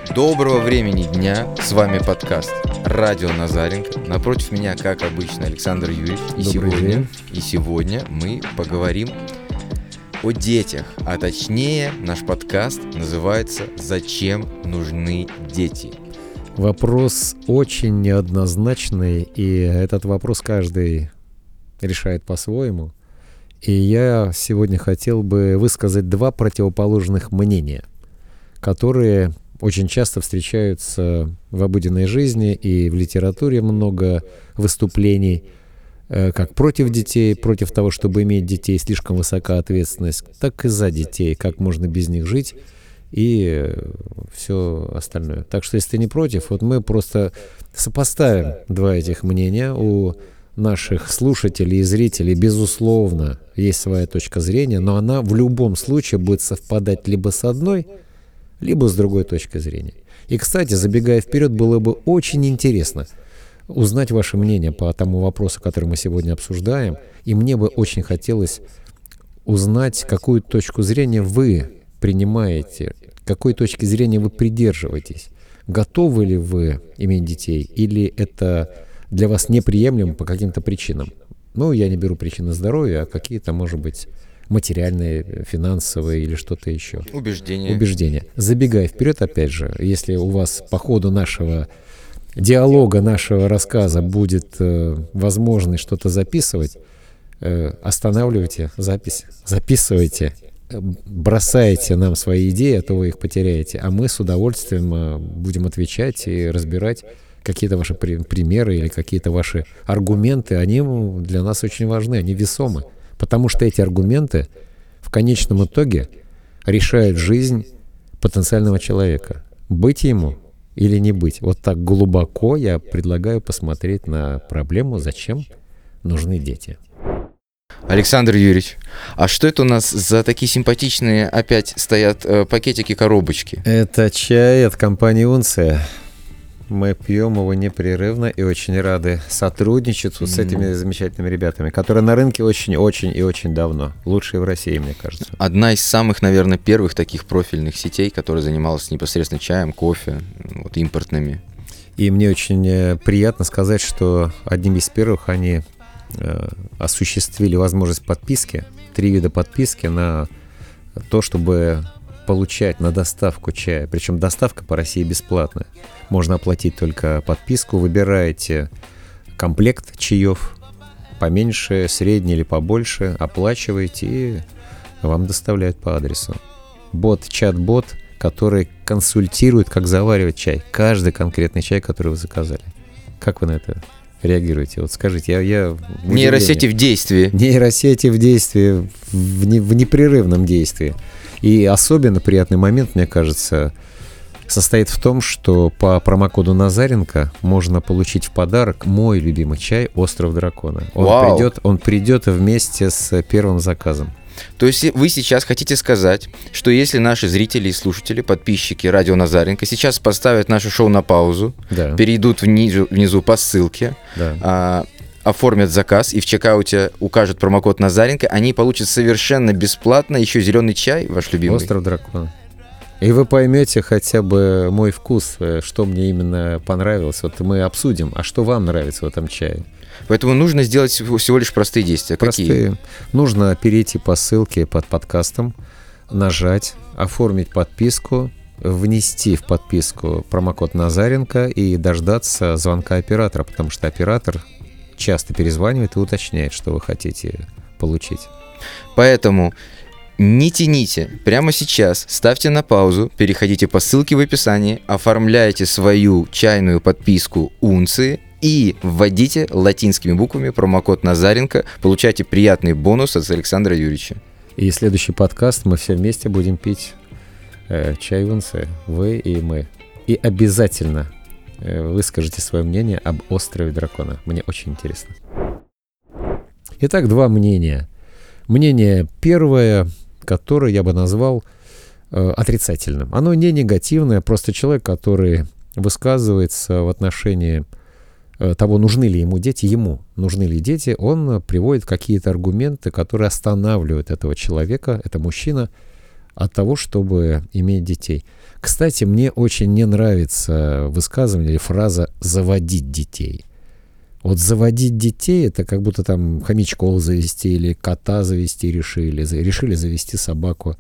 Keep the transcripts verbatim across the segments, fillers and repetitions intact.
Доброго времени дня, с вами подкаст «Радио Назаренко». Напротив меня, как обычно, Александр Юрьевич. И сегодня, и сегодня мы поговорим о детях, а точнее наш подкаст называется «Зачем нужны дети?». Вопрос очень неоднозначный, и этот вопрос каждый решает по-своему. И я сегодня хотел бы высказать два противоположных мнения, которые очень часто встречаются в обыденной жизни, и в литературе много выступлений, как против детей, против того, чтобы иметь детей, слишком высока ответственность, так и за детей, как можно без них жить, и все остальное. Так что, если ты не против, вот мы просто сопоставим два этих мнения. У наших слушателей и зрителей, безусловно, есть своя точка зрения, но она в любом случае будет совпадать либо с одной, либо с другой точкой зрения. И, кстати, забегая вперед, было бы очень интересно узнать ваше мнение по тому вопросу, который мы сегодня обсуждаем. И мне бы очень хотелось узнать, какую точку зрения вы принимаете, какой точки зрения вы придерживаетесь. Готовы ли вы иметь детей, или это для вас неприемлемо по каким-то причинам? Ну, я не беру причины здоровья, а какие-то, может быть, материальные, финансовые или что-то еще. Убеждения. Убеждения. Забегая вперед, опять же, если у вас по ходу нашего диалога, нашего рассказа будет э, возможность что-то записывать, э, останавливайте запись, записывайте, э, бросайте нам свои идеи, а то вы их потеряете, а мы с удовольствием э, будем отвечать и разбирать какие-то ваши при- примеры или какие-то ваши аргументы. Они для нас очень важны, они весомы. Потому что эти аргументы в конечном итоге решают жизнь потенциального человека. Быть ему или не быть. Вот так глубоко я предлагаю посмотреть на проблему, зачем нужны дети. Александр Юрьевич, а что это у нас за такие симпатичные опять стоят э, пакетики-коробочки? Это чай от компании «Унция». Мы пьем его непрерывно и очень рады сотрудничеству с этими замечательными ребятами, которые на рынке очень-очень и очень давно. Лучшие в России, мне кажется. Одна из самых, наверное, первых таких профильных сетей, которая занималась непосредственно чаем, кофе, вот, импортными. И мне очень приятно сказать, что одним из первых они э, осуществили возможность подписки, три вида подписки на то, чтобы получать на доставку чая. Причем доставка по России бесплатная. Можно оплатить только подписку, выбираете комплект чаев, поменьше, средний или побольше, оплачиваете, и вам доставляют по адресу. Бот, чат-бот, который консультирует, как заваривать чай. Каждый конкретный чай, который вы заказали. Как вы на это реагируете? Вот скажите, я... я в Нейросети в действии. Нейросети в действии, в, не, в непрерывном действии. И особенно приятный момент, мне кажется, состоит в том, что по промокоду Назаренко можно получить в подарок мой любимый чай «Остров дракона». Он Вау. придет, он придет вместе с первым заказом. То есть вы сейчас хотите сказать, что если наши зрители и слушатели, подписчики радио Назаренко сейчас поставят наше шоу на паузу, Да. перейдут внизу, внизу по ссылке, Да. а, оформят заказ и в чекауте укажут промокод Назаренко, они получат совершенно бесплатно еще зеленый чай, ваш любимый. «Остров дракона». И вы поймете хотя бы мой вкус, что мне именно понравилось. Вот мы обсудим, а что вам нравится в этом чае. Поэтому нужно сделать всего лишь простые действия. Простые. Какие? Нужно перейти по ссылке под подкастом, нажать, оформить подписку, внести в подписку промокод Назаренко и дождаться звонка оператора, потому что оператор часто перезванивает и уточняет, что вы хотите получить. Поэтому не тяните. Прямо сейчас ставьте на паузу, переходите по ссылке в описании, оформляйте свою чайную подписку «Унции» и вводите латинскими буквами промокод Назаренко, получайте приятный бонус от Александра Юрьевича. И следующий подкаст мы все вместе будем пить э, чай «Унция», вы и мы. И обязательно э, выскажите свое мнение об «Острове дракона». Мне очень интересно. Итак, два мнения. Мнение первое, которое я бы назвал э, отрицательным. Оно не негативное, просто человек, который высказывается в отношении э, того, нужны ли ему дети, ему нужны ли дети, он приводит какие-то аргументы, которые останавливают этого человека, это мужчина, от того, чтобы иметь детей. Кстати, мне очень не нравится высказывание или фраза «заводить детей». Вот заводить детей — это как будто там хомячков завести или кота завести решили, решили завести собаку.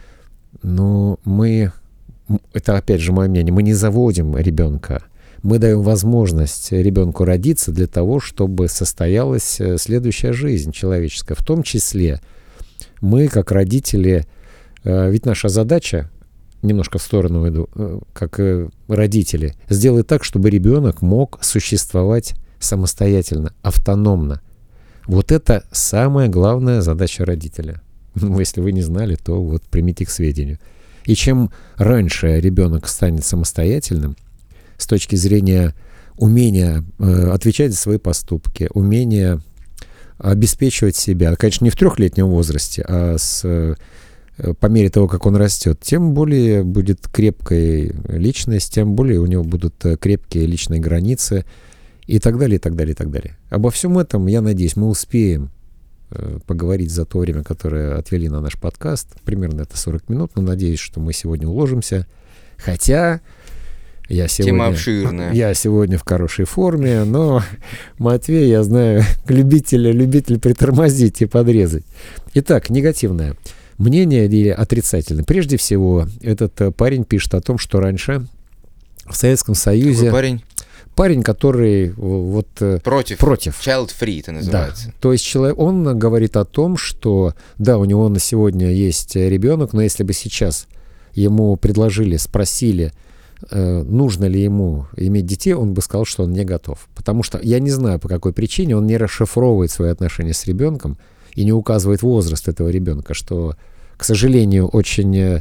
Но мы, это опять же мое мнение, мы не заводим ребенка. Мы даем возможность ребенку родиться для того, чтобы состоялась следующая жизнь человеческая. В том числе мы, как родители, ведь наша задача, немножко в сторону иду, как родители, сделать так, чтобы ребенок мог существовать самостоятельно, автономно. Вот это самая главная задача родителя. Ну, если вы не знали, то вот примите к сведению. И чем раньше ребенок станет самостоятельным, с точки зрения умения э, отвечать за свои поступки, умения обеспечивать себя, конечно, не в трехлетнем возрасте, а с, э, по мере того, как он растет, тем более будет крепкая личность, тем более у него будут крепкие личные границы, и так далее, и так далее, и так далее. Обо всем этом, я надеюсь, мы успеем э, поговорить за то время, которое отвели на наш подкаст. Примерно это сорок минут, но надеюсь, что мы сегодня уложимся. Хотя я сегодня, тема обширная. Я сегодня в хорошей форме, но Матвей, я знаю, любитель, любитель притормозить и подрезать. Итак, негативное мнение или отрицательное. Прежде всего, этот парень пишет о том, что раньше в Советском Союзе... Какой парень? Парень, который вот против, против. Child free это называется. Да. То есть человек, он говорит о том, что да, у него на сегодня есть ребенок, но если бы сейчас ему предложили, спросили, э, нужно ли ему иметь детей, он бы сказал, что он не готов. Потому что я не знаю, по какой причине он не расшифровывает свои отношения с ребенком и не указывает возраст этого ребенка, что, к сожалению, очень...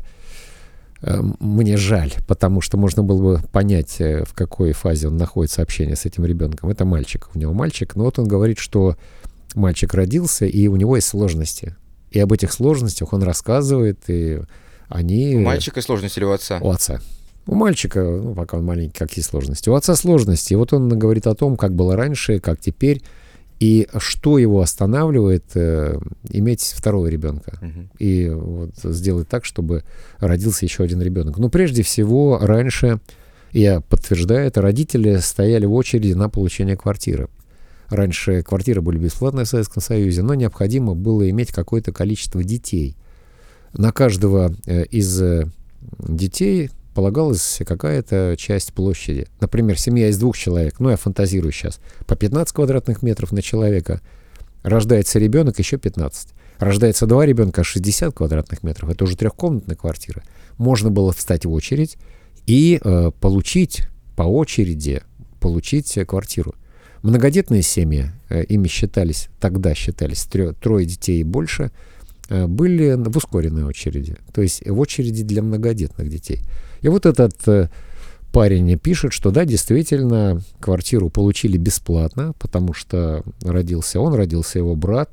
Мне жаль, потому что можно было бы понять, в какой фазе он находится общение с этим ребенком. Это мальчик, у него мальчик. Но вот он говорит, что мальчик родился, и у него есть сложности. И об этих сложностях он рассказывает, и они... У мальчика сложности или у отца? У отца. У мальчика, ну, пока он маленький, какие сложности. У отца сложности. И вот он говорит о том, как было раньше, как теперь, и что его останавливает э, иметь второго ребенка. Uh-huh. И вот сделать так, чтобы родился еще один ребенок. Но прежде всего, раньше, я подтверждаю это, родители стояли в очереди на получение квартиры. Раньше квартиры были бесплатные в Советском Союзе, но необходимо было иметь какое-то количество детей. На каждого э, из э, детей полагалась какая-то часть площади. Например, семья из двух человек, ну я фантазирую сейчас, по пятнадцать квадратных метров на человека. Рождается ребенок, еще пятнадцать. Рождается два ребенка, шестьдесят квадратных метров. Это уже трехкомнатная квартира. Можно было встать в очередь и э, получить по очереди, получить квартиру. Многодетные семьи, э, ими считались, тогда считались трё, трое детей и больше, э, были в ускоренной очереди. То есть в очереди для многодетных детей. И вот этот э, парень пишет, что да, действительно, квартиру получили бесплатно, потому что родился он, родился его брат,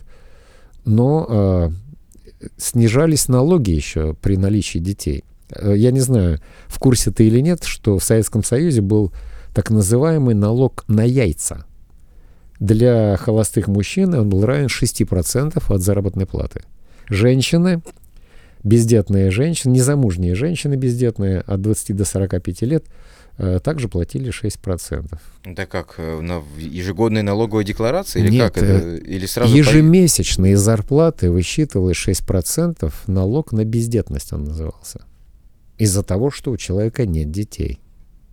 но э, снижались налоги еще при наличии детей. Э, я не знаю, в курсе ты или нет, что в Советском Союзе был так называемый налог на яйца. Для холостых мужчин он был равен шесть процентов от заработной платы. Женщины... Бездетные женщины, незамужние женщины бездетные от двадцати до сорока пяти лет э, также платили шесть процентов. Это как, на ежегодной налоговой декларации? Или Нет, как это? Или сразу ежемесячные по... зарплаты высчитывалось шесть процентов, налог на бездетность он назывался. Из-за того, что у человека нет детей.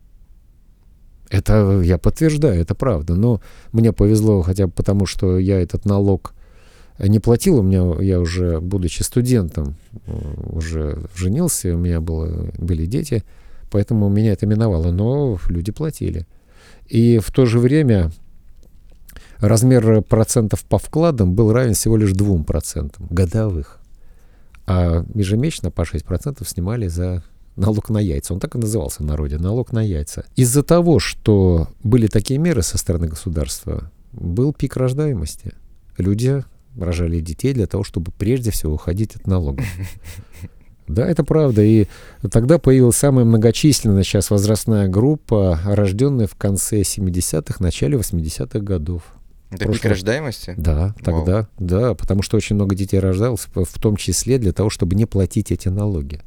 Это я подтверждаю, это правда. Но мне повезло хотя бы потому, что я этот налог не платил. У меня, я уже, будучи студентом, уже женился, у меня было, были дети, поэтому меня это миновало. Но люди платили. И в то же время размер процентов по вкладам был равен всего лишь двум процентам годовых. А ежемесячно по шесть процентов снимали за налог на яйца. Он так и назывался в народе, налог на яйца. Из-за того, что были такие меры со стороны государства, был пик рождаемости. Люди рожали детей для того, чтобы прежде всего уходить от налогов. Да, это правда. И тогда появилась самая многочисленная сейчас возрастная группа, рожденная в конце семидесятых, начале восьмидесятых годов. До Прошло- пик рождаемости? Да, Вау. тогда, да, потому что очень много детей рождалось, в в том числе для того, чтобы не платить эти налоги.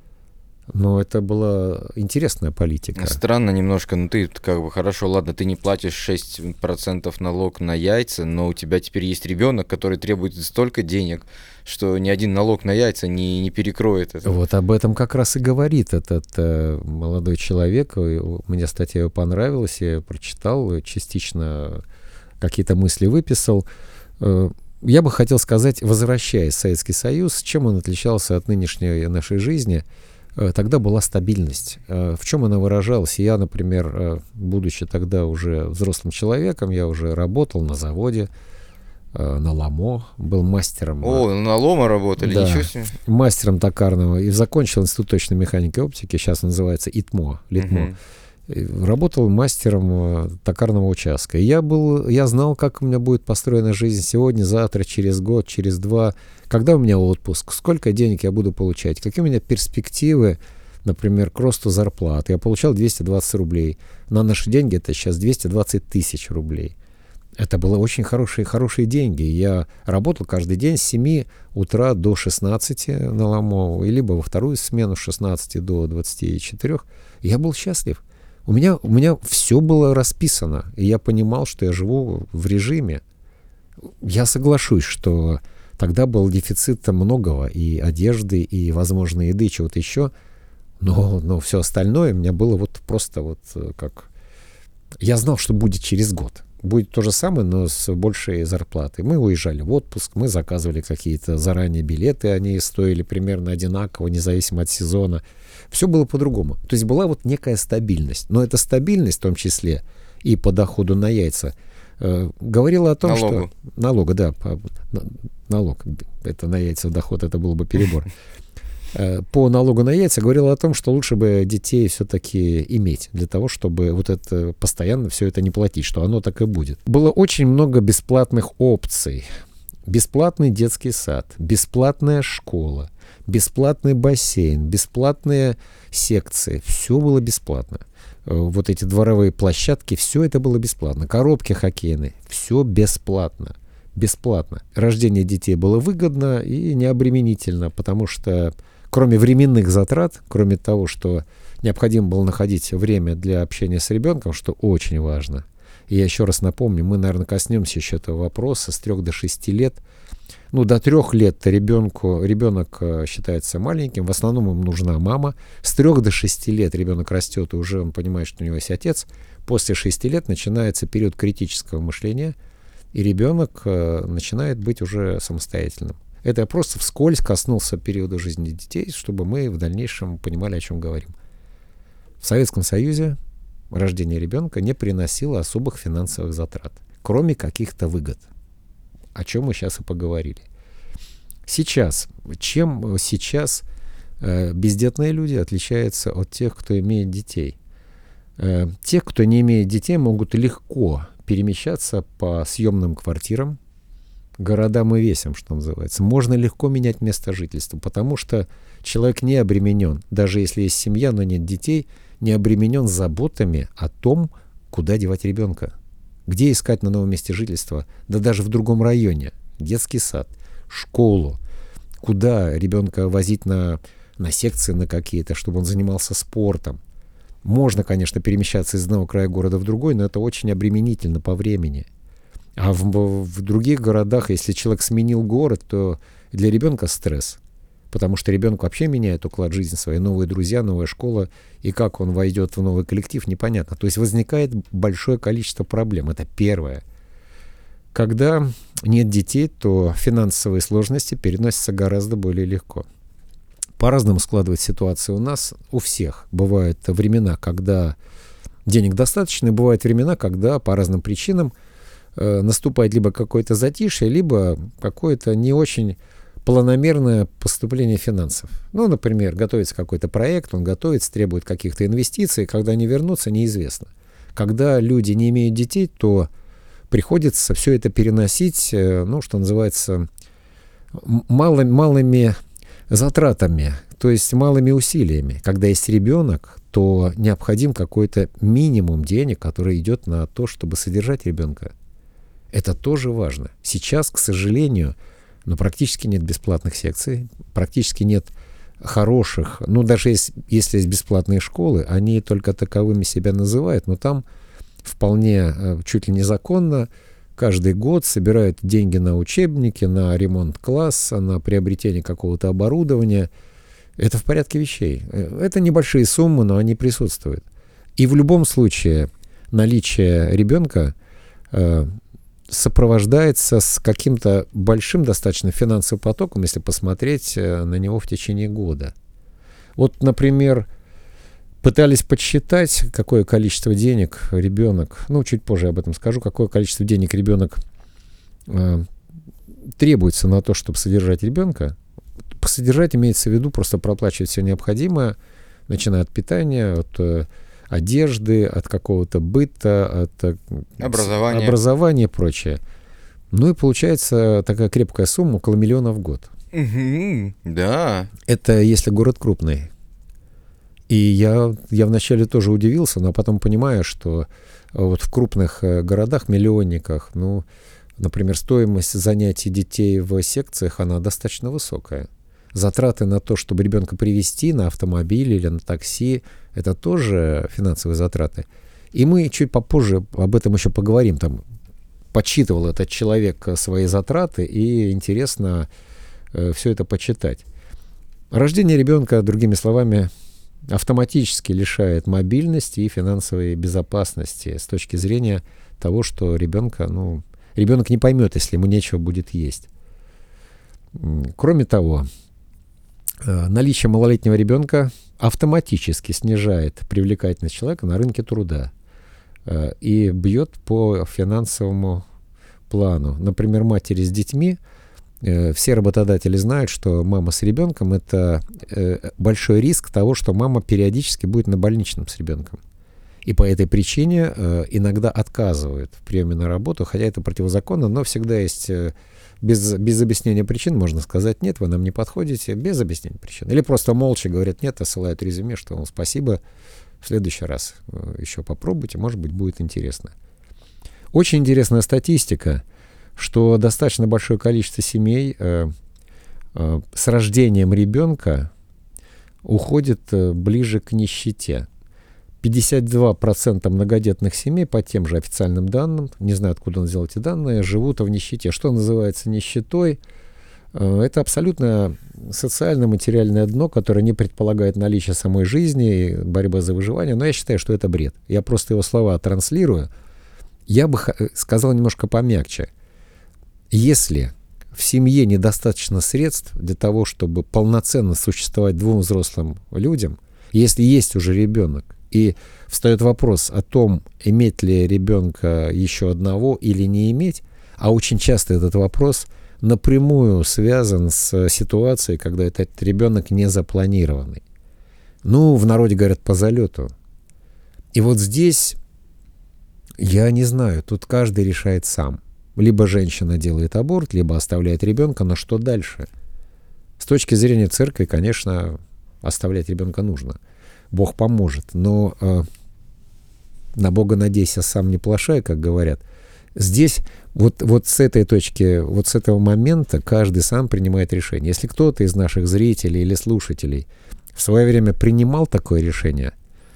Но это была интересная политика. Странно немножко, ну ты как бы хорошо, ладно, ты не платишь шесть процентов налог на яйца, но у тебя теперь есть ребенок, который требует столько денег, что ни один налог на яйца не, не перекроет это. Вот об этом как раз и говорит этот э, молодой человек. И мне статья его понравилась, я ее прочитал, частично какие-то мысли выписал. Э, Я бы хотел сказать, возвращаясь в Советский Союз, чем он отличался от нынешней нашей жизни. Э, Тогда была стабильность. Э, В чем она выражалась? Я, например, э, будучи тогда уже взрослым человеком, я уже работал на заводе, э, на ЛАМО, был мастером. э, О, на лома работали, Да. ничего себе. мастером токарного и закончил Институт точной механики и оптики, сейчас он называется ИТМО, ЛИТМО. Мгм. И Работал мастером э, токарного участка. И я был, я знал, как у меня будет построена жизнь сегодня, завтра, через год, через два. Когда у меня отпуск, сколько денег я буду получать, какие у меня перспективы, например, к росту зарплат. Я получал двести двадцать рублей. На наши деньги это сейчас двести двадцать тысяч рублей. Это было очень хорошие, хорошие деньги. Я работал каждый день с семи утра до шестнадцати на ЛАМО, и либо во вторую смену с шестнадцати до двадцати четырёх. Я был счастлив. У меня, у меня все было расписано, и я понимал, что я живу в режиме. Я соглашусь, что тогда был дефицит многого, и одежды, и, возможно, еды, и чего-то еще, но, но все остальное у меня было вот просто вот э, как... Я знал, что будет через год. Будет то же самое, но с большей зарплатой. Мы уезжали в отпуск, мы заказывали какие-то заранее билеты, они стоили примерно одинаково, независимо от сезона. Все было по-другому. То есть была вот некая стабильность. Но эта стабильность, в том числе и по доходу на яйца, э, говорила о том, Налогу. что... Налога, да. По, на, налог. Это на яйца доход, это был бы перебор. Э, По налогу на яйца говорила о том, что лучше бы детей все-таки иметь, для того, чтобы вот это постоянно все это не платить, что оно так и будет. Было очень много бесплатных опций. Бесплатный детский сад, бесплатная школа, бесплатный бассейн, бесплатные секции. Все было бесплатно. Э, Вот эти дворовые площадки, все это было бесплатно. Коробки хоккейные, все бесплатно. Бесплатно. Рождение детей было выгодно и необременительно, потому что кроме временных затрат, кроме того, что необходимо было находить время для общения с ребенком, что очень важно. И я еще раз напомню, мы, наверное, коснемся еще этого вопроса с трех до шести лет. Ну, до трех лет ребенку, ребенок э, считается маленьким, в основном ему нужна мама. С трех до шести лет ребенок растет, и уже он понимает, что у него есть отец. После шести лет начинается период критического мышления, и ребенок э, начинает быть уже самостоятельным. Это я просто вскользь коснулся периода жизни детей, чтобы мы в дальнейшем понимали, о чем говорим. В Советском Союзе рождение ребенка не приносило особых финансовых затрат, кроме каких-то выгод, о чем мы сейчас и поговорили. Сейчас, чем сейчас э, бездетные люди отличаются от тех, кто имеет детей? Э, те, кто не имеет детей, могут легко перемещаться по съемным квартирам, городам и весям, что называется. Можно легко менять место жительства, потому что человек не обременен, даже если есть семья, но нет детей, не обременен заботами о том, куда девать ребенка, где искать на новом месте жительства, да даже в другом районе, детский сад, школу, куда ребенка возить на, на секции на какие-то, чтобы он занимался спортом. Можно, конечно, перемещаться из одного края города в другой, но это очень обременительно по времени. А в, в других городах, если человек сменил город, то для ребенка стресс. Потому что ребенок вообще меняет уклад жизни своей, новые друзья, новая школа, и как он войдет в новый коллектив, непонятно. То есть возникает большое количество проблем. Это первое. Когда нет детей, то финансовые сложности переносятся гораздо более легко. По-разному складывается ситуация у нас, у всех. Бывают времена, когда денег достаточно, и бывают времена, когда по разным причинам э, наступает либо какое-то затишье, либо какое-то не очень планомерное поступление финансов. Ну, например, готовится какой-то проект, он готовится, требует каких-то инвестиций, когда они вернутся, неизвестно. Когда люди не имеют детей, то приходится все это переносить, ну, что называется, мало, малыми затратами, то есть малыми усилиями. Когда есть ребенок, то необходим какой-то минимум денег, который идет на то, чтобы содержать ребенка. Это тоже важно. Сейчас, к сожалению, ну, практически нет бесплатных секций, практически нет хороших, ну, даже если, если есть бесплатные школы, они только таковыми себя называют, но там вполне чуть ли незаконно каждый год собирают деньги на учебники, на ремонт класса, на приобретение какого-то оборудования. Это в порядке вещей. Это небольшие суммы, но они присутствуют. И в любом случае наличие ребенка э, сопровождается с каким-то большим достаточно финансовым потоком, если посмотреть на него в течение года. Вот, например, пытались подсчитать, какое количество денег ребенок, ну, чуть позже об этом скажу, какое количество денег ребенок э, требуется на то, чтобы содержать ребенка. Содержать имеется в виду просто проплачивать все необходимое, начиная от питания, от э, одежды, от какого-то быта, от э, образования. образования и прочее. Ну и получается такая крепкая сумма, около миллиона в год. Угу, да. Это если город крупный. И я, я вначале тоже удивился, но потом понимаю, что вот в крупных городах, миллионниках, ну, например, стоимость занятий детей в секциях, она достаточно высокая. Затраты на то, чтобы ребенка привезти на автомобиле или на такси, это тоже финансовые затраты. И мы чуть попозже об этом еще поговорим. Там подсчитывал этот человек свои затраты, и интересно э, все это почитать. Рождение ребенка, другими словами, автоматически лишает мобильности и финансовой безопасности с точки зрения того, что ребенка, ну, ребенок не поймет, если ему нечего будет есть. Кроме того, наличие малолетнего ребенка автоматически снижает привлекательность человека на рынке труда и бьет по финансовому плану. Например, матери с детьми, все работодатели знают, что мама с ребенком — это большой риск того, что мама периодически будет на больничном с ребенком. И по этой причине иногда отказывают в приеме на работу, хотя это противозаконно, но всегда есть... Без, без объяснения причин можно сказать: нет, вы нам не подходите, без объяснения причин. Или просто молча говорят нет, отсылают резюме, что вам спасибо, в следующий раз еще попробуйте, может быть, будет интересно. Очень интересная статистика, что достаточно большое количество семей э, э, с рождением ребенка уходит э, ближе к нищете. пятьдесят два процента многодетных семей, по тем же официальным данным, не знаю, откуда он взял эти данные, живут в нищете. Что называется нищетой? Это абсолютно социально-материальное дно, которое не предполагает наличие самой жизни и борьбы за выживание, но я считаю, что это бред. Я просто его слова транслирую. Я бы сказал немножко помягче. Если в семье недостаточно средств для того, чтобы полноценно существовать двум взрослым людям, если есть уже ребенок, и встает вопрос о том, иметь ли ребенка еще одного или не иметь, а очень часто этот вопрос напрямую связан с ситуацией, когда этот ребенок не запланированный. Ну, в народе говорят, по залету. И вот здесь, я не знаю, тут каждый решает сам. Либо женщина делает аборт, либо оставляет ребенка, но что дальше? С точки зрения церкви, конечно, оставлять ребенка нужно. Бог поможет, но э, на Бога надейся, сам не плашай, как говорят. Здесь вот, вот с этой точки, вот с этого момента каждый сам принимает решение. Если кто-то из наших зрителей или слушателей в свое время принимал такое решение,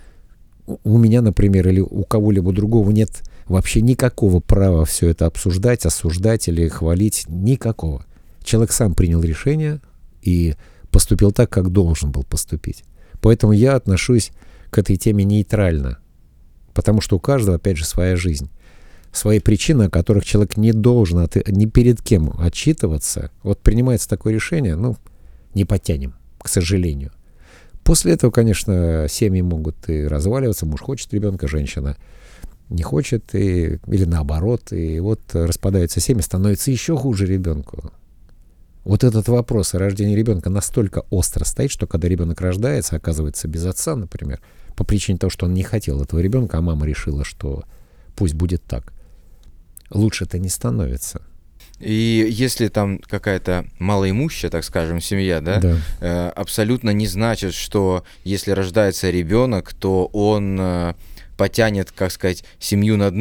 у меня, например, или у кого-либо другого нет вообще никакого права все это обсуждать, осуждать или хвалить, никакого. Человек сам принял решение и поступил так, как должен был поступить. Поэтому я отношусь к этой теме нейтрально, потому что у каждого, опять же, своя жизнь, свои причины, о которых человек не должен от, ни перед кем отчитываться. Вот принимается такое решение, ну, не потянем, к сожалению. После этого, конечно, семьи могут и разваливаться, муж хочет ребенка, женщина не хочет, и, или наоборот, и вот распадаются семьи, становится еще хуже ребенку. Вот этот вопрос о рождении ребенка настолько остро стоит, что когда ребенок рождается, оказывается без отца, например, по причине того, что он не хотел этого ребенка, а мама решила, что пусть будет так, лучше-то не становится. И если там какая-то малоимущая, так скажем, семья, да, да. Э, абсолютно не значит, что если рождается ребенок, то он э, потянет, как сказать, семью на дно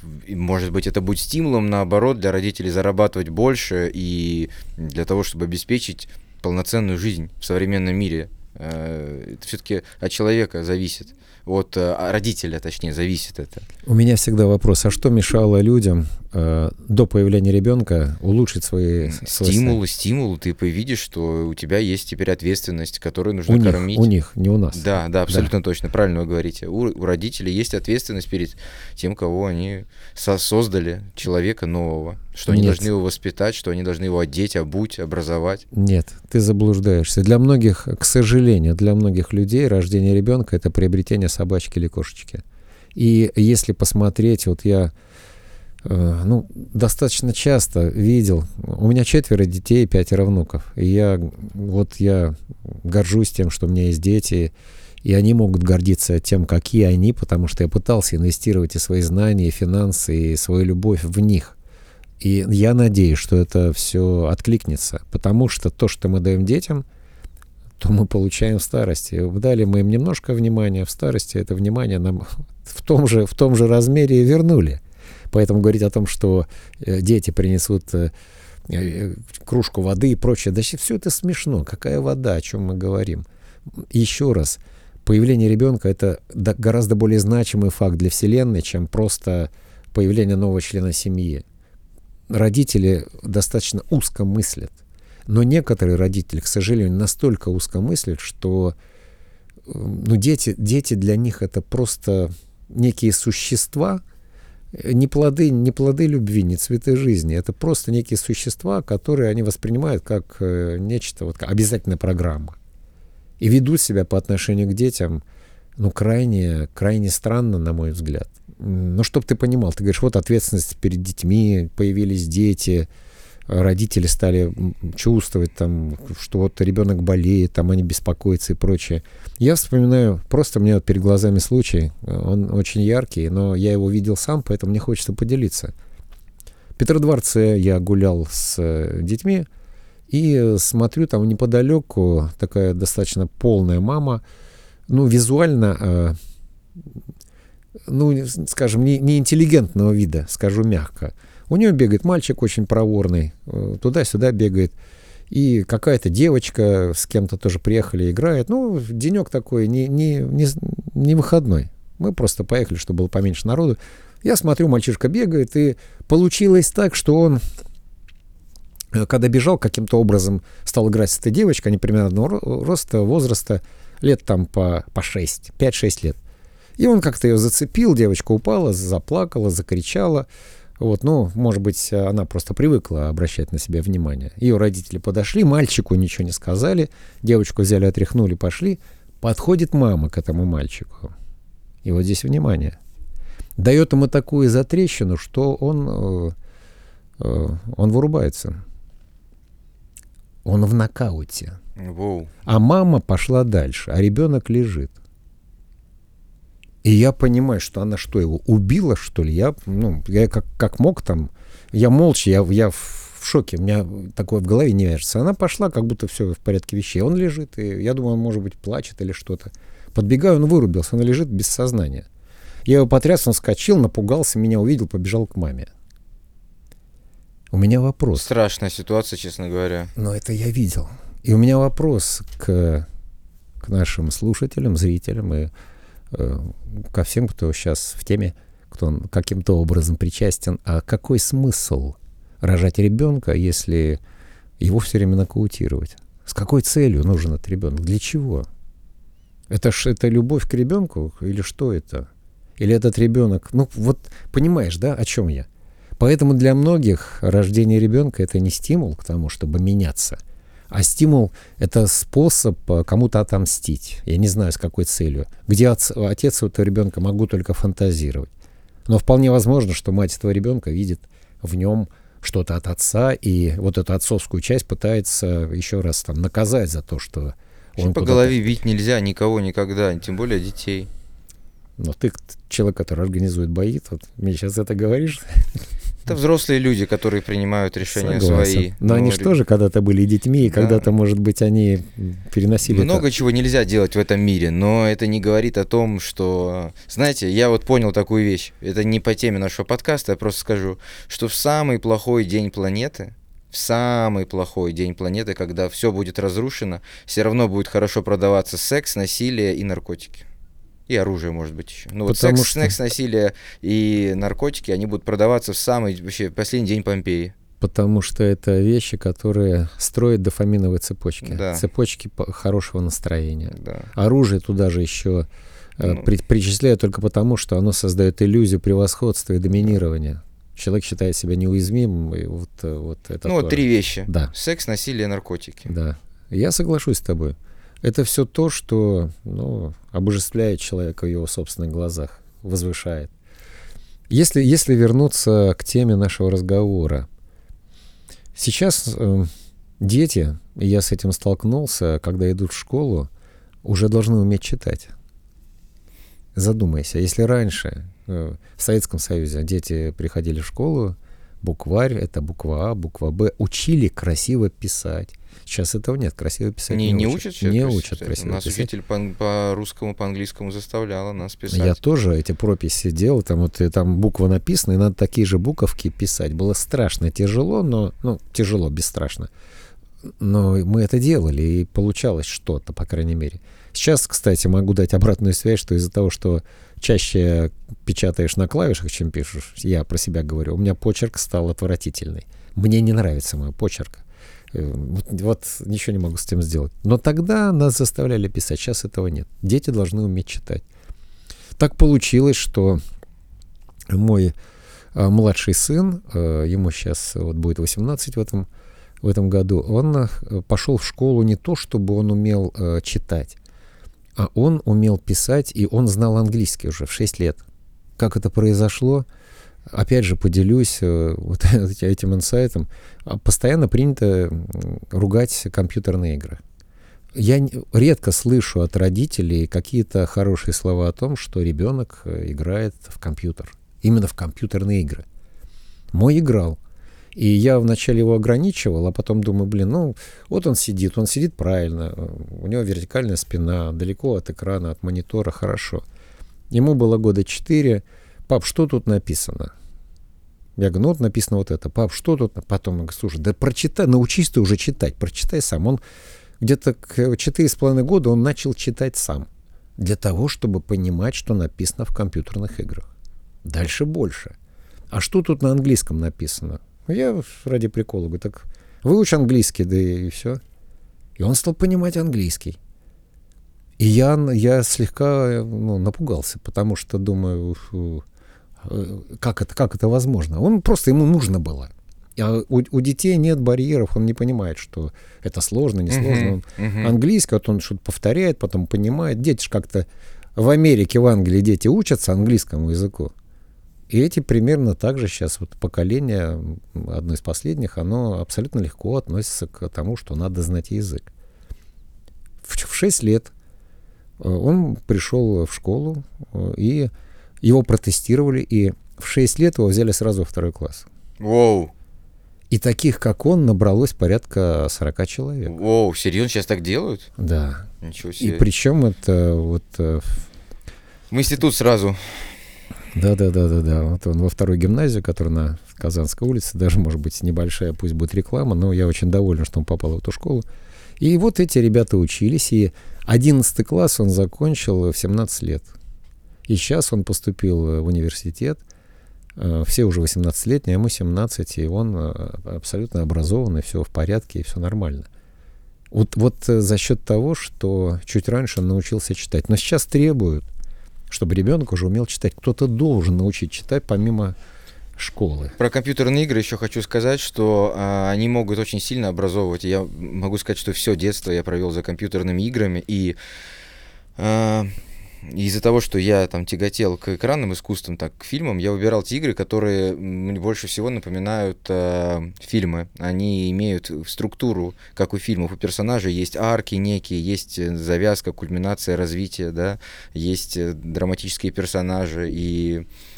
и, может быть, это будет стимулом, наоборот, для родителей зарабатывать больше и для того, чтобы обеспечить полноценную жизнь в современном мире. Это все-таки от человека зависит, от родителя, точнее, зависит это. У меня всегда вопрос, а что мешало людям э, до появления ребенка улучшить свои... Стимул, стимул, ты видишь, что у тебя есть теперь ответственность, которую нужно у кормить. Них, у них, не у нас. Да, да, абсолютно да. точно, правильно вы говорите. У, у родителей есть ответственность перед тем, кого они со- создали, человека нового, что они Нет. должны его воспитать, что они должны его одеть, обуть, образовать. Нет, ты заблуждаешься. Для многих, к сожалению, для многих людей рождение ребенка — это приобретение собачки или кошечки. И если посмотреть, вот я э, ну, достаточно часто видел, у меня четверо детей, пятеро внуков, и я, вот я горжусь тем, что у меня есть дети, и они могут гордиться тем, какие они, потому что я пытался инвестировать и свои знания, и финансы, и свою любовь в них. И я надеюсь, что это все откликнется, потому что то, что мы даем детям, то мы получаем в старости. Дали мы им немножко внимания, в старости это внимание нам в том же, в том же размере и вернули. Поэтому говорить о том, что дети принесут кружку воды и прочее, да все это смешно. Какая вода, о чем мы говорим? Еще раз, появление ребенка — это гораздо более значимый факт для Вселенной, чем просто появление нового члена семьи. Родители достаточно узко мыслят. Но некоторые родители, к сожалению, настолько узко мыслят, что ну, дети, дети для них это просто некие существа, не плоды, не плоды любви, не цветы жизни. Это просто некие существа, которые они воспринимают как нечто, вот, как обязательная программа. И ведут себя по отношению к детям ну, крайне, крайне странно, на мой взгляд. Ну, чтобы ты понимал, ты говоришь, вот ответственность перед детьми, появились дети, родители стали чувствовать, там, что вот ребенок болеет, там они беспокоятся и прочее. Я вспоминаю, просто у меня вот перед глазами случай, он очень яркий, но я его видел сам, поэтому мне хочется поделиться. В Петродворце я гулял с детьми и смотрю, там неподалеку такая достаточно полная мама, ну, визуально, ну, скажем, не, не интеллигентного вида, скажу мягко. У нее бегает мальчик очень проворный, туда-сюда бегает. И какая-то девочка с кем-то тоже приехали, играет. Ну, денек такой, не, не, не, не выходной. Мы просто поехали, чтобы было поменьше народу. Я смотрю, мальчишка бегает, и получилось так, что он, когда бежал, каким-то образом стал играть с этой девочкой, они примерно одного роста, возраста, лет там по, по шесть, пять-шесть лет. И он как-то ее зацепил, девочка упала, заплакала, закричала. Вот, ну, может быть, она просто привыкла обращать на себя внимание. Ее родители подошли, мальчику ничего не сказали, девочку взяли, отряхнули, пошли. Подходит мама к этому мальчику. И вот здесь внимание. Дает ему такую затрещину, что он, э, он вырубается. Он в нокауте. Воу. А мама пошла дальше, а ребенок лежит. И я понимаю, что она что, его убила, что ли? Я, ну, я как, как мог там, я молча, я, я в шоке, у меня такое в голове не вяжется. Она пошла, как будто все в порядке вещей. Он лежит, и я думаю, он, может быть, плачет или что-то. Подбегаю, он вырубился, он лежит без сознания. Я его потряс, он вскочил, напугался, меня увидел, побежал к маме. У меня вопрос. Страшная ситуация, честно говоря. Но это я видел. И у меня вопрос к, к нашим слушателям, зрителям и ко всем, кто сейчас в теме, кто каким-то образом причастен. А какой смысл рожать ребенка, если его все время нокаутировать? С какой целью нужен этот ребенок? Для чего? Это ж это любовь к ребенку или что это? Или этот ребенок? Ну вот понимаешь, да, о чем я? Поэтому для многих рождение ребенка — это не стимул к тому, чтобы меняться, а стимул — это способ кому-то отомстить. Я не знаю, с какой целью. Где отец, отец у этого ребенка, могу только фантазировать. Но вполне возможно, что мать этого ребенка видит в нем что-то от отца, и вот эту отцовскую часть пытается еще раз там наказать за то, что он по голове бить нельзя никого никогда, тем более детей. Но ты человек, который организует бои, вот мне сейчас это говоришь. Это взрослые люди, которые принимают решения Согласен. свои. Но они же тоже когда-то были детьми, и Да. когда-то, может быть, они переносили Много это. чего нельзя делать в этом мире, но это не говорит о том, что... Знаете, я вот понял такую вещь. Это не по теме нашего подкаста, я просто скажу, что в самый плохой день планеты, в самый плохой день планеты, когда все будет разрушено, все равно будет хорошо продаваться секс, насилие и наркотики. И оружие, может быть, еще. Ну вот Потому секс, что- секс, насилие и наркотики, они будут продаваться в самый вообще последний день Помпеи. Потому что это вещи, которые строят дофаминовые цепочки. Да. Цепочки по- хорошего настроения. Да. Оружие туда же еще э, Ну. при- причисляют только потому, что оно создает иллюзию превосходства и доминирования. Человек считает себя неуязвимым, и вот, э, вот это Ну вот тоже. три вещи. Да. Секс, насилие, наркотики. Да, я соглашусь с тобой. Это все то, что ну, обожествляет человека в его собственных глазах, возвышает. Если, если вернуться к теме нашего разговора, сейчас э, дети, и я с этим столкнулся, когда идут в школу, уже должны уметь читать. Задумайся, если раньше э, в Советском Союзе дети приходили в школу, букварь, это буква А, буква Б, учили красиво писать. Сейчас этого нет, красиво писать Не, не, не учат. учат сейчас Не красиво учат писать? красиво У нас писать. учитель по, по русскому, по английскому заставляла нас писать. Я тоже эти прописи делал, там вот и там буква написана, и надо такие же буковки писать. Было страшно тяжело, но, ну, тяжело, бесстрашно. Но мы это делали, и получалось что-то, по крайней мере. Сейчас, кстати, могу дать обратную связь, что из-за того, что чаще печатаешь на клавишах, чем пишешь, я про себя говорю, у меня почерк стал отвратительный. Мне не нравится мой почерк. Вот, вот ничего не могу с этим сделать. Но тогда нас заставляли писать, сейчас этого нет. Дети должны уметь читать. Так получилось, что мой а, младший сын, а, ему сейчас вот будет восемнадцать в этом, в этом году, он а, пошел в школу не то, чтобы он умел а, читать, а он умел писать, и он знал английский уже в шесть лет. Как это произошло? Опять же, поделюсь э, вот этим инсайтом. Постоянно принято ругать компьютерные игры. Я не- редко слышу от родителей какие-то хорошие слова о том, что ребенок э, играет в компьютер. Именно в компьютерные игры. Мой играл. И я вначале его ограничивал, а потом думаю, блин, ну, вот он сидит, он сидит правильно, у него вертикальная спина, далеко от экрана, от монитора, хорошо. Ему было года четыре. Пап, что тут написано? Я говорю, ну вот написано вот это. Пап, что тут? Потом я говорю, слушай, да прочитай, научись ты уже читать, прочитай сам. Он где-то к четыре с половиной года он начал читать сам. Для того, чтобы понимать, что написано в компьютерных играх. Дальше больше. А что тут на английском написано? Я ради прикола говорю, так выучи английский, да и все. И он стал понимать английский. И я, я слегка ну, напугался, потому что думаю, фу, как это, как это возможно? Он просто, ему нужно было. А у, у детей нет барьеров, он не понимает, что это сложно, несложно. Он Мгм. английский, вот он что-то повторяет, потом понимает. Дети же как-то в Америке, в Англии дети учатся английскому языку. И эти примерно так же сейчас вот поколение, одно из последних, оно абсолютно легко относится к тому, что надо знать язык. В, в шесть лет он пришел в школу, и его протестировали, и в шесть лет его взяли сразу во второй класс. Воу. И таких, как он, набралось порядка сорока человек. Воу, серьезно, сейчас так делают? Да. Ничего И себе. причем это вот... э, В институт сразу. Да-да-да-да-да. Вот он во второй гимназии, которая на Казанской улице, даже, может быть, небольшая, пусть будет реклама, но я очень доволен, что он попал в эту школу. И вот эти ребята учились, и одиннадцатый класс он закончил в семнадцать лет. И сейчас он поступил в университет, э, все уже восемнадцатилетние, а ему семнадцать, и он э, абсолютно образованный, все в порядке, и все нормально. Вот, вот э, за счет того, что чуть раньше он научился читать. Но сейчас требуют, чтобы ребенок уже умел читать. Кто-то должен научить читать помимо школы. Про компьютерные игры еще хочу сказать, что а, они могут очень сильно образовывать. Я могу сказать, что все детство я провел за компьютерными играми, и а, из-за того, что я там тяготел к экранным искусствам, так к фильмам, я выбирал те игры, которые мне больше всего напоминают а, фильмы. Они имеют структуру, как у фильмов. У персонажей есть арки некие, есть завязка, кульминация, развитие, да, есть драматические персонажи, и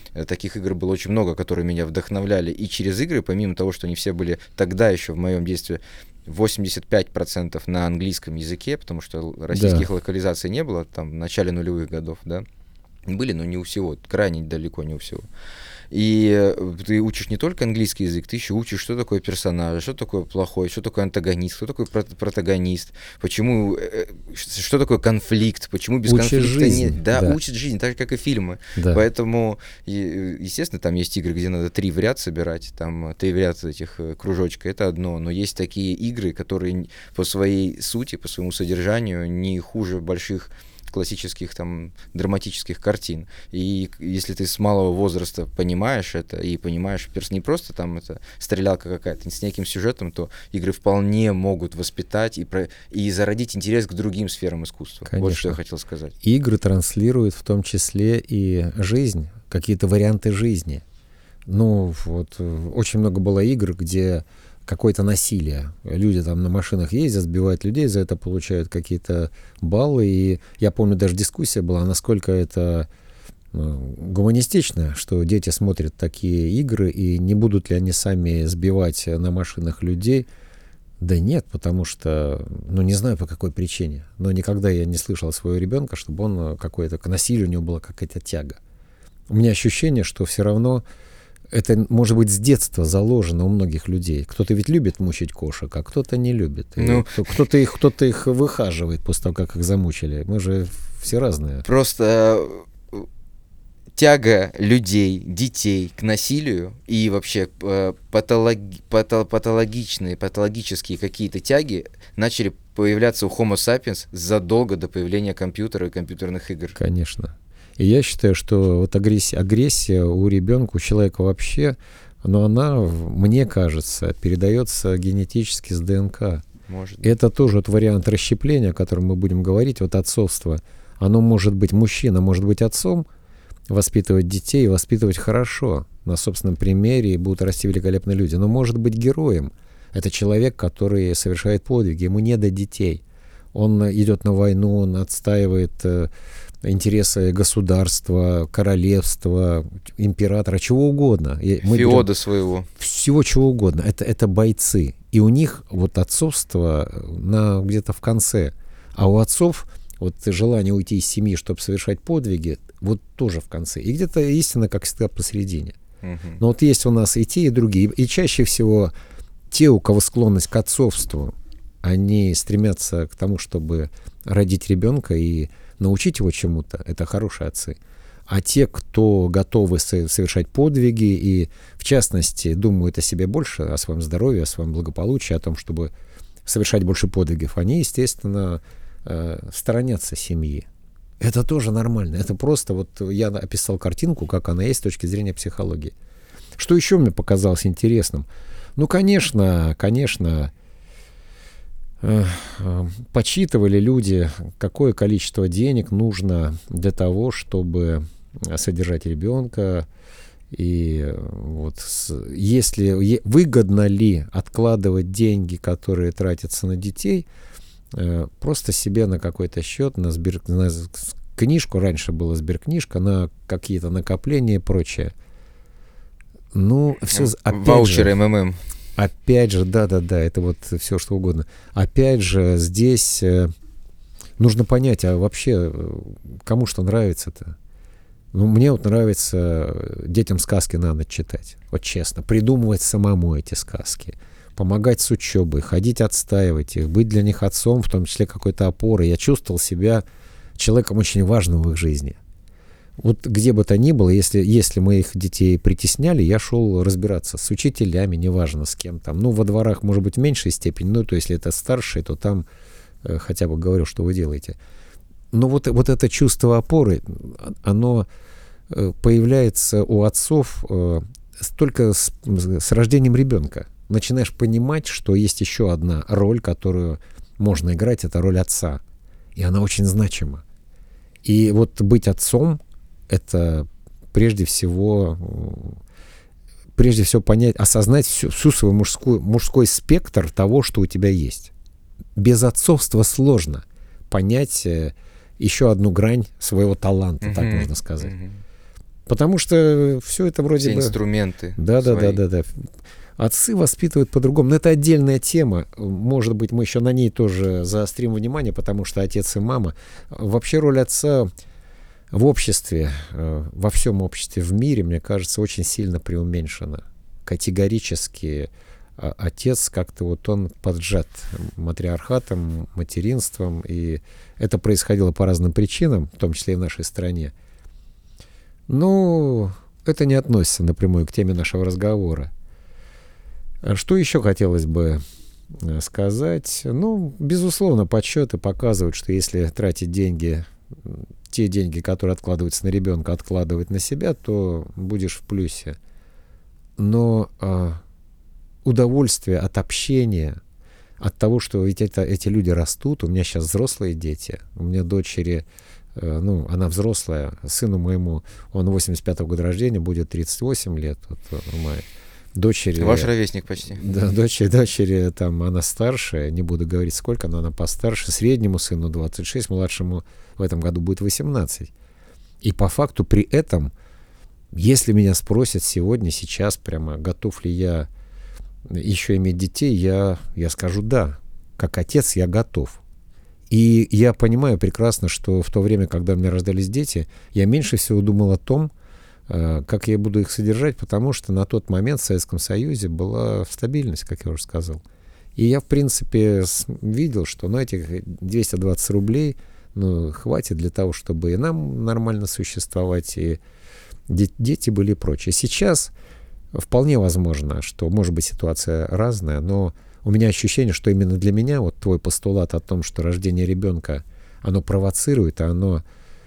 таких игр было очень много, которые меня вдохновляли. И через игры, помимо того, что они все были тогда еще в моем детстве восемьдесят пять процентов на английском языке, потому что российских да. локализаций не было там в начале нулевых годов, да, были, но не у всего, крайне далеко не у всего. И ты учишь не только английский язык, ты еще учишь, что такое персонаж, что такое плохой, что такое антагонист, что такое протагонист, почему, что такое конфликт, почему без учишь конфликта жизнь, нет. Да, да, учит жизнь, так же, как и фильмы. Да. Поэтому, естественно, там есть игры, где надо три в ряд собирать, там три в ряд этих кружочка, это одно, но есть такие игры, которые по своей сути, по своему содержанию не хуже больших классических там драматических картин. И если ты с малого возраста понимаешь это и понимаешь не просто там это стрелялка какая-то, с неким сюжетом, то игры вполне могут воспитать и, про... и зародить интерес к другим сферам искусства. Конечно. Вот что я хотел сказать. Игры транслируют в том числе и жизнь, какие-то варианты жизни. Ну, вот очень много было игр, где какое-то насилие. Люди там на машинах ездят, сбивают людей, за это получают какие-то баллы. И я помню, даже дискуссия была, насколько это ну, гуманистично, что дети смотрят такие игры, и не будут ли они сами сбивать на машинах людей. Да нет, потому что, ну не знаю по какой причине, но никогда я не слышал своего ребенка, чтобы он какой-то, к насилию у него была какая-то тяга. У меня ощущение, что все равно это, может быть, с детства заложено у многих людей. Кто-то ведь любит мучить кошек, а кто-то не любит. Ну, кто-то их, кто-то их выхаживает после того, как их замучили. Мы же все разные. Просто тяга людей, детей к насилию и вообще патологи- пато- патологичные, патологические какие-то тяги начали появляться у Homo sapiens задолго до появления компьютера и компьютерных игр. Конечно. И я считаю, что вот агрессия, агрессия у ребенка, у человека вообще, но она, мне кажется, передается генетически с ДНК. Может. Это тоже вот вариант расщепления, о котором мы будем говорить, вот отцовство. Оно может быть, мужчина может быть отцом, воспитывать детей, воспитывать хорошо, на собственном примере, и будут расти великолепные люди. Но может быть героем. Это человек, который совершает подвиги, ему не до детей. Он идет на войну, он отстаивает интересы государства, королевства, императора, чего угодно. Мы Феода своего. Всего чего угодно. Это, это бойцы. И у них вот отцовство на, где-то в конце. А у отцов вот желание уйти из семьи, чтобы совершать подвиги, вот тоже в конце. И где-то истина, как всегда, посередине. Угу. Но вот есть у нас и те, и другие. И чаще всего те, у кого склонность к отцовству, они стремятся к тому, чтобы родить ребенка и научить его чему-то, это хорошие отцы. А те, кто готовы совершать подвиги и, в частности, думают о себе больше, о своем здоровье, о своем благополучии, о том, чтобы совершать больше подвигов, они, естественно, сторонятся семьи. Это тоже нормально. Это просто, вот я описал картинку, как она есть с точки зрения психологии. Что еще мне показалось интересным? Ну, конечно, конечно, подсчитывали люди, какое количество денег нужно для того, чтобы содержать ребенка. И вот если выгодно ли откладывать деньги, которые тратятся на детей, просто себе на какой-то счет, на, сбер, на книжку, раньше была сберкнижка, на какие-то накопления и прочее. Ну, все, опять ваучеры же, МММ. Опять же, да-да-да, это вот все что угодно. Опять же, здесь э, нужно понять, а вообще кому что нравится-то? Ну, мне вот нравится детям сказки на ночь читать, вот честно, придумывать самому эти сказки, помогать с учебой, ходить отстаивать их, быть для них отцом, в том числе какой-то опорой. Я чувствовал себя человеком очень важным в их жизни. Вот где бы то ни было, если, если моих детей притесняли, я шел разбираться с учителями, неважно с кем там. Ну, во дворах, может быть, в меньшей степени, ну, то если это старшие, то там э, хотя бы говорю, что вы делаете. Но вот, вот это чувство опоры, оно э, появляется у отцов э, только с, с рождением ребенка. Начинаешь понимать, что есть еще одна роль, которую можно играть, это роль отца. И она очень значима. И вот быть отцом, это прежде всего, прежде всего понять, осознать всю, всю свой мужской, мужской спектр того, что у тебя есть. Без отцовства сложно понять еще одну грань своего таланта, uh-huh, так можно сказать. Uh-huh. Потому что все это вроде Все бы... инструменты. Да, да, свои. да, да, да. Отцы воспитывают по-другому. Но это отдельная тема. Может быть, мы еще на ней тоже заострим внимание, потому что отец и мама. Вообще роль отца в обществе, во всем обществе в мире, мне кажется, очень сильно преуменьшена. Категорически отец как-то вот он поджат матриархатом, материнством, и это происходило по разным причинам, в том числе и в нашей стране. Но это не относится напрямую к теме нашего разговора. Что еще хотелось бы сказать? Ну, безусловно, подсчеты показывают, что если тратить деньги, те деньги, которые откладываются на ребенка, откладывать на себя, то будешь в плюсе. Но а, удовольствие от общения, от того, что ведь это, эти люди растут, у меня сейчас взрослые дети, у меня дочери, э, ну, она взрослая, сыну моему, он восемьдесят пятого года рождения, будет тридцать восемь лет вот, в мае. Дочери... Ваш ровесник почти. Да, дочери, дочери, там, она старшая, не буду говорить сколько, но она постарше, среднему сыну двадцать шесть, младшему в этом году будет восемнадцать. И по факту при этом, если меня спросят сегодня, сейчас прямо, готов ли я еще иметь детей, я, я скажу да. Как отец я готов. И я понимаю прекрасно, что в то время, когда у меня рождались дети, я меньше всего думал о том, как я буду их содержать, потому что на тот момент в Советском Союзе была стабильность, как я уже сказал. И я, в принципе, видел, что ну, этих двести двадцать рублей ну, хватит для того, чтобы и нам нормально существовать, и дети были и прочее. Сейчас вполне возможно, что может быть ситуация разная, но у меня ощущение, что именно для меня вот твой постулат о том, что рождение ребенка, оно провоцирует, а оно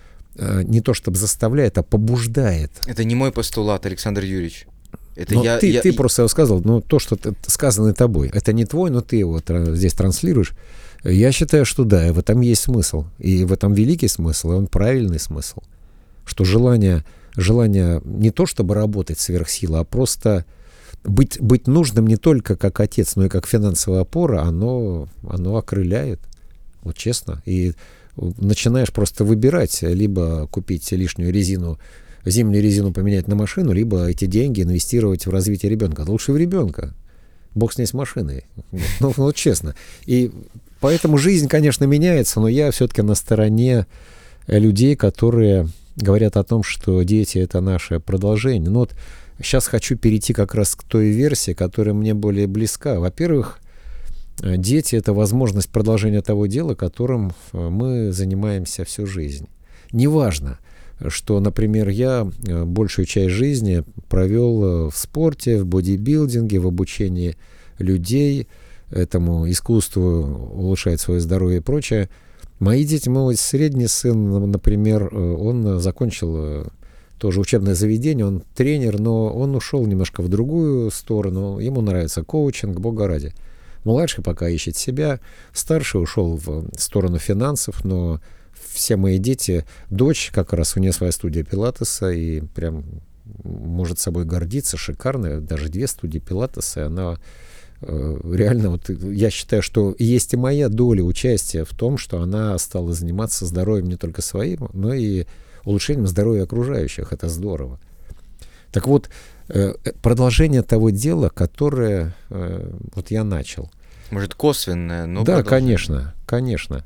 не то чтобы заставляет, а побуждает. Это не мой постулат, Александр Юрьевич. Это но я, ты, я... ты просто сказал, ну то, что сказано тобой, это не твой, но ты его здесь транслируешь. Я считаю, что да, в этом есть смысл. И в этом великий смысл, и он правильный смысл. Что желание, желание не то чтобы работать сверхсила, а просто быть, быть нужным не только как отец, но и как финансовая опора, оно, оно окрыляет. Вот честно. И начинаешь просто выбирать, либо купить лишнюю резину, зимнюю резину поменять на машину, либо эти деньги инвестировать в развитие ребенка. Лучше в ребенка. Бог с ней с машиной. Ну, ну, честно. И поэтому жизнь, конечно, меняется, но я все-таки на стороне людей, которые говорят о том, что дети — это наше продолжение. Но вот сейчас хочу перейти как раз к той версии, которая мне более близка. Во-первых, дети — это возможность продолжения того дела, которым мы занимаемся всю жизнь. Неважно, что, например, я большую часть жизни провел в спорте, в бодибилдинге, в обучении людей, этому искусству улучшать свое здоровье и прочее. Мои дети, мой средний сын, например, он закончил тоже учебное заведение, он тренер, но он ушел немножко в другую сторону, ему нравится коучинг, бога ради. Младший пока ищет себя, старший ушел в сторону финансов, но все мои дети, дочь как раз, у нее своя студия пилатеса, и прям может собой гордиться, шикарная, даже две студии пилатеса, и она э, реально, вот я считаю, что есть и моя доля участия в том, что она стала заниматься здоровьем не только своим, но и улучшением здоровья окружающих, это здорово. Так вот, э, продолжение того дела, которое э, вот я начал. Может, косвенное, но да, конечно, конечно.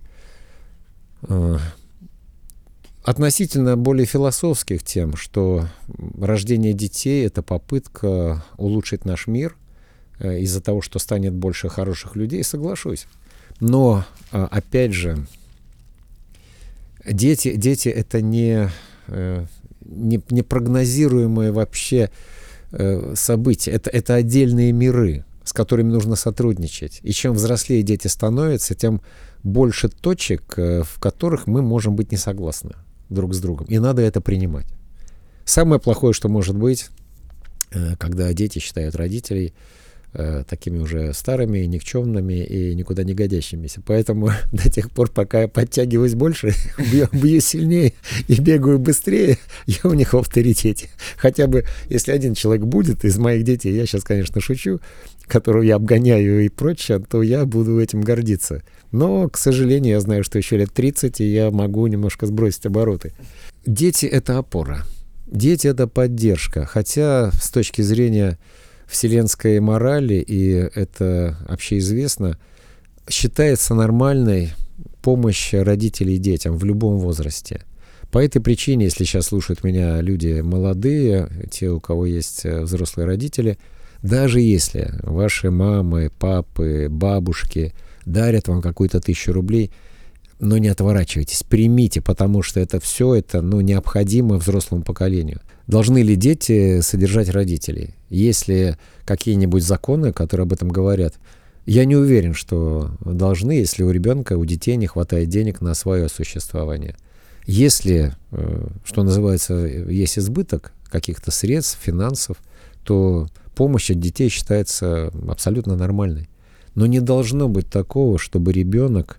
Относительно более философских тем, что рождение детей — это попытка улучшить наш мир из-за того, что станет больше хороших людей, соглашусь. Но, опять же, дети, дети — это не, не, не прогнозируемые вообще события, это, это отдельные миры, с которыми нужно сотрудничать. И чем взрослее дети становятся, тем больше точек, в которых мы можем быть не согласны друг с другом. И надо это принимать. Самое плохое, что может быть, когда дети считают родителей такими уже старыми, никчемными и никуда не годящимися. Поэтому до тех пор, пока я подтягиваюсь больше, бью, бью сильнее и бегаю быстрее, я у них в авторитете. Хотя бы, если один человек будет из моих детей, я сейчас, конечно, шучу, которого я обгоняю и прочее, то я буду этим гордиться. Но, к сожалению, я знаю, что еще лет тридцать, и я могу немножко сбросить обороты. Дети — это опора. Дети — это поддержка, хотя с точки зрения вселенской морали, и это общеизвестно, считается нормальной помощь родителей детям в любом возрасте. По этой причине, если сейчас слушают меня люди молодые, те, у кого есть взрослые родители, даже если ваши мамы, папы, бабушки дарят вам какую-то тысячу рублей, но не отворачивайтесь, примите, потому что это все это, ну, необходимо взрослому поколению. Должны ли дети содержать родителей? Есть ли какие-нибудь законы, которые об этом говорят? Я не уверен, что должны, если у ребенка, у детей не хватает денег на свое существование. Если, что называется, есть избыток каких-то средств, финансов, то помощь от детей считается абсолютно нормальной. Но не должно быть такого, чтобы ребенок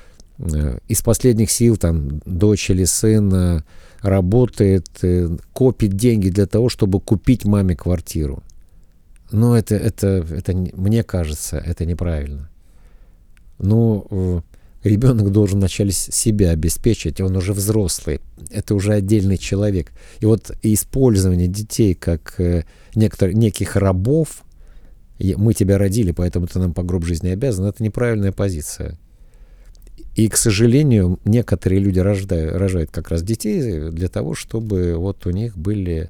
из последних сил, там, дочь или сын работает, копит деньги для того, чтобы купить маме квартиру. Но это, это, это, мне кажется, это неправильно. Ну, ребенок должен вначале себя обеспечить, он уже взрослый, это уже отдельный человек. И вот использование детей как некоторых, неких рабов, мы тебя родили, поэтому ты нам по гроб жизни обязан, это неправильная позиция. И, к сожалению, некоторые люди рождают, рожают как раз детей для того, чтобы вот у них были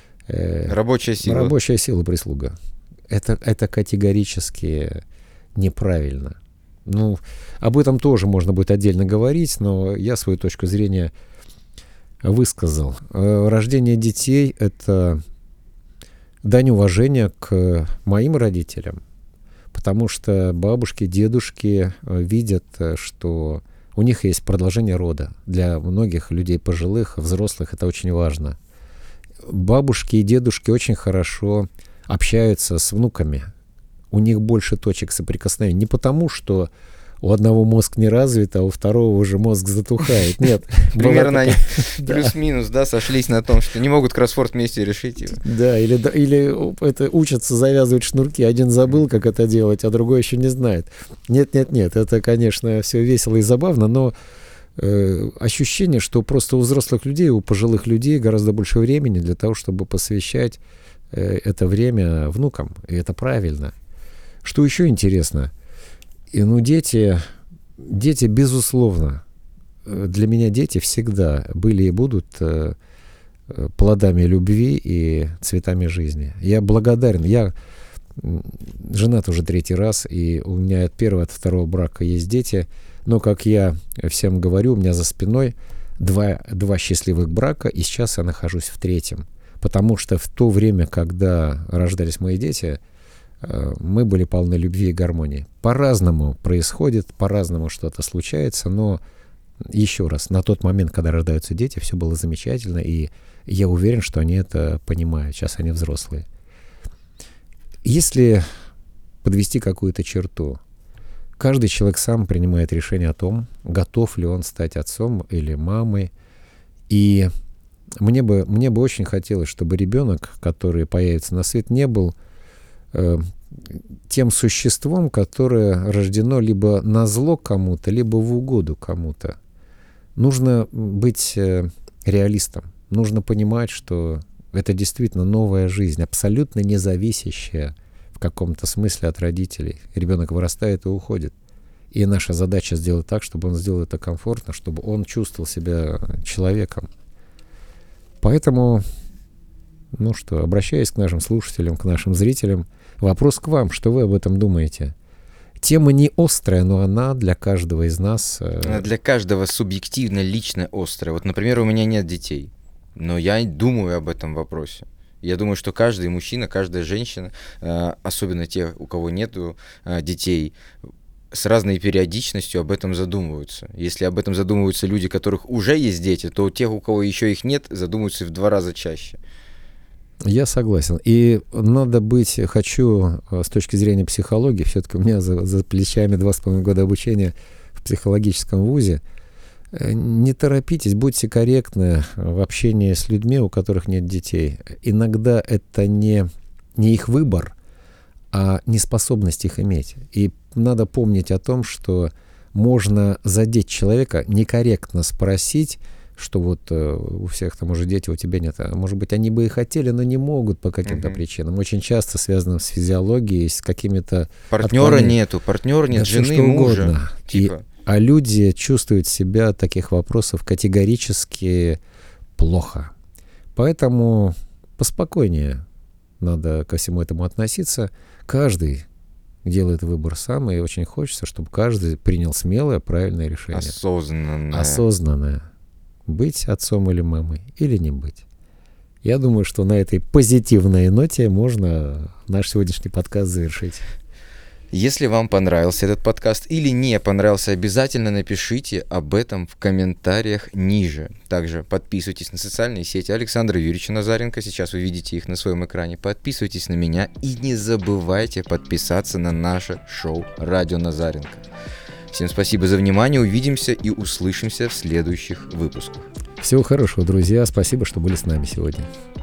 э, рабочая сила. Рабочая сила, прислуга. Это, это категорически неправильно. Ну, об этом тоже можно будет отдельно говорить, но я свою точку зрения высказал. Рождение детей — это дань уважения к моим родителям, потому что бабушки, дедушки видят, что у них есть продолжение рода. Для многих людей пожилых, взрослых это очень важно. Бабушки и дедушки очень хорошо общаются с внуками. У них больше точек соприкосновения. Не потому, что у одного мозг не развит, а у второго уже мозг затухает. Нет. Примерно они плюс-минус, да, сошлись на том, что не могут кроссворд вместе решить его. Да, или, или это учатся завязывать шнурки. Один забыл, как это делать, а другой еще не знает. Нет, нет, нет, это, конечно, все весело и забавно, но э, ощущение, что просто у взрослых людей, у пожилых людей гораздо больше времени для того, чтобы посвящать э, это время внукам. И это правильно. Что еще интересно? И, ну, дети, дети, безусловно, для меня дети всегда были и будут э, плодами любви и цветами жизни. Я благодарен. Я женат уже третий раз, и у меня от первого, от второго брака есть дети. Но, как я всем говорю, у меня за спиной два, два счастливых брака, и сейчас я нахожусь в третьем. Потому что в то время, когда рождались мои дети, мы были полны любви и гармонии. По-разному происходит, по-разному что-то случается, но еще раз, на тот момент, когда рождаются дети, все было замечательно, и я уверен, что они это понимают. Сейчас они взрослые. Если подвести какую-то черту, каждый человек сам принимает решение о том, готов ли он стать отцом или мамой. И мне бы, мне бы очень хотелось, чтобы ребенок, который появится на свет, не был тем существом, которое рождено либо назло кому-то, либо в угоду кому-то. Нужно быть реалистом. Нужно понимать, что это действительно новая жизнь, абсолютно не зависящая в каком-то смысле от родителей. Ребенок вырастает и уходит. И наша задача сделать так, чтобы он сделал это комфортно, чтобы он чувствовал себя человеком. Поэтому, ну что, обращаясь к нашим слушателям, к нашим зрителям, вопрос к вам, что вы об этом думаете? Тема не острая, но она для каждого из нас... Для каждого субъективно, лично острая. Вот, например, у меня нет детей, но я думаю об этом вопросе. Я думаю, что каждый мужчина, каждая женщина, особенно те, у кого нет детей, с разной периодичностью об этом задумываются. Если об этом задумываются люди, у которых уже есть дети, то у тех, у кого еще их нет, задумываются в два раза чаще. Я согласен. И надо быть, хочу с точки зрения психологии, все-таки у меня за, за плечами два с половиной года обучения в психологическом вузе, не торопитесь, будьте корректны в общении с людьми, у которых нет детей. Иногда это не, не их выбор, а неспособность их иметь. И надо помнить о том, что можно задеть человека, некорректно спросить, что вот э, у всех там уже дети, у тебя нет. А может быть, они бы и хотели, но не могут по каким-то Мгм. причинам. Очень часто связано с физиологией, с какими-то... Партнера отклонениями. нету, партнера нет, Да всё жены, что мужа. угодно. И- Типа, а люди чувствуют себя от таких вопросов категорически плохо. Поэтому поспокойнее надо ко всему этому относиться. Каждый делает выбор сам, и очень хочется, чтобы каждый принял смелое, правильное решение. осознанно. Осознанное. Быть отцом или мамой, или не быть. Я думаю, что на этой позитивной ноте можно наш сегодняшний подкаст завершить. Если вам понравился этот подкаст или не понравился, обязательно напишите об этом в комментариях ниже. Также подписывайтесь на социальные сети Александра Юрьевича Назаренко. Сейчас вы видите их на своем экране. Подписывайтесь на меня и не забывайте подписаться на наше шоу «Радио Назаренко». Всем спасибо за внимание. Увидимся и услышимся в следующих выпусках. Всего хорошего, друзья. Спасибо, что были с нами сегодня.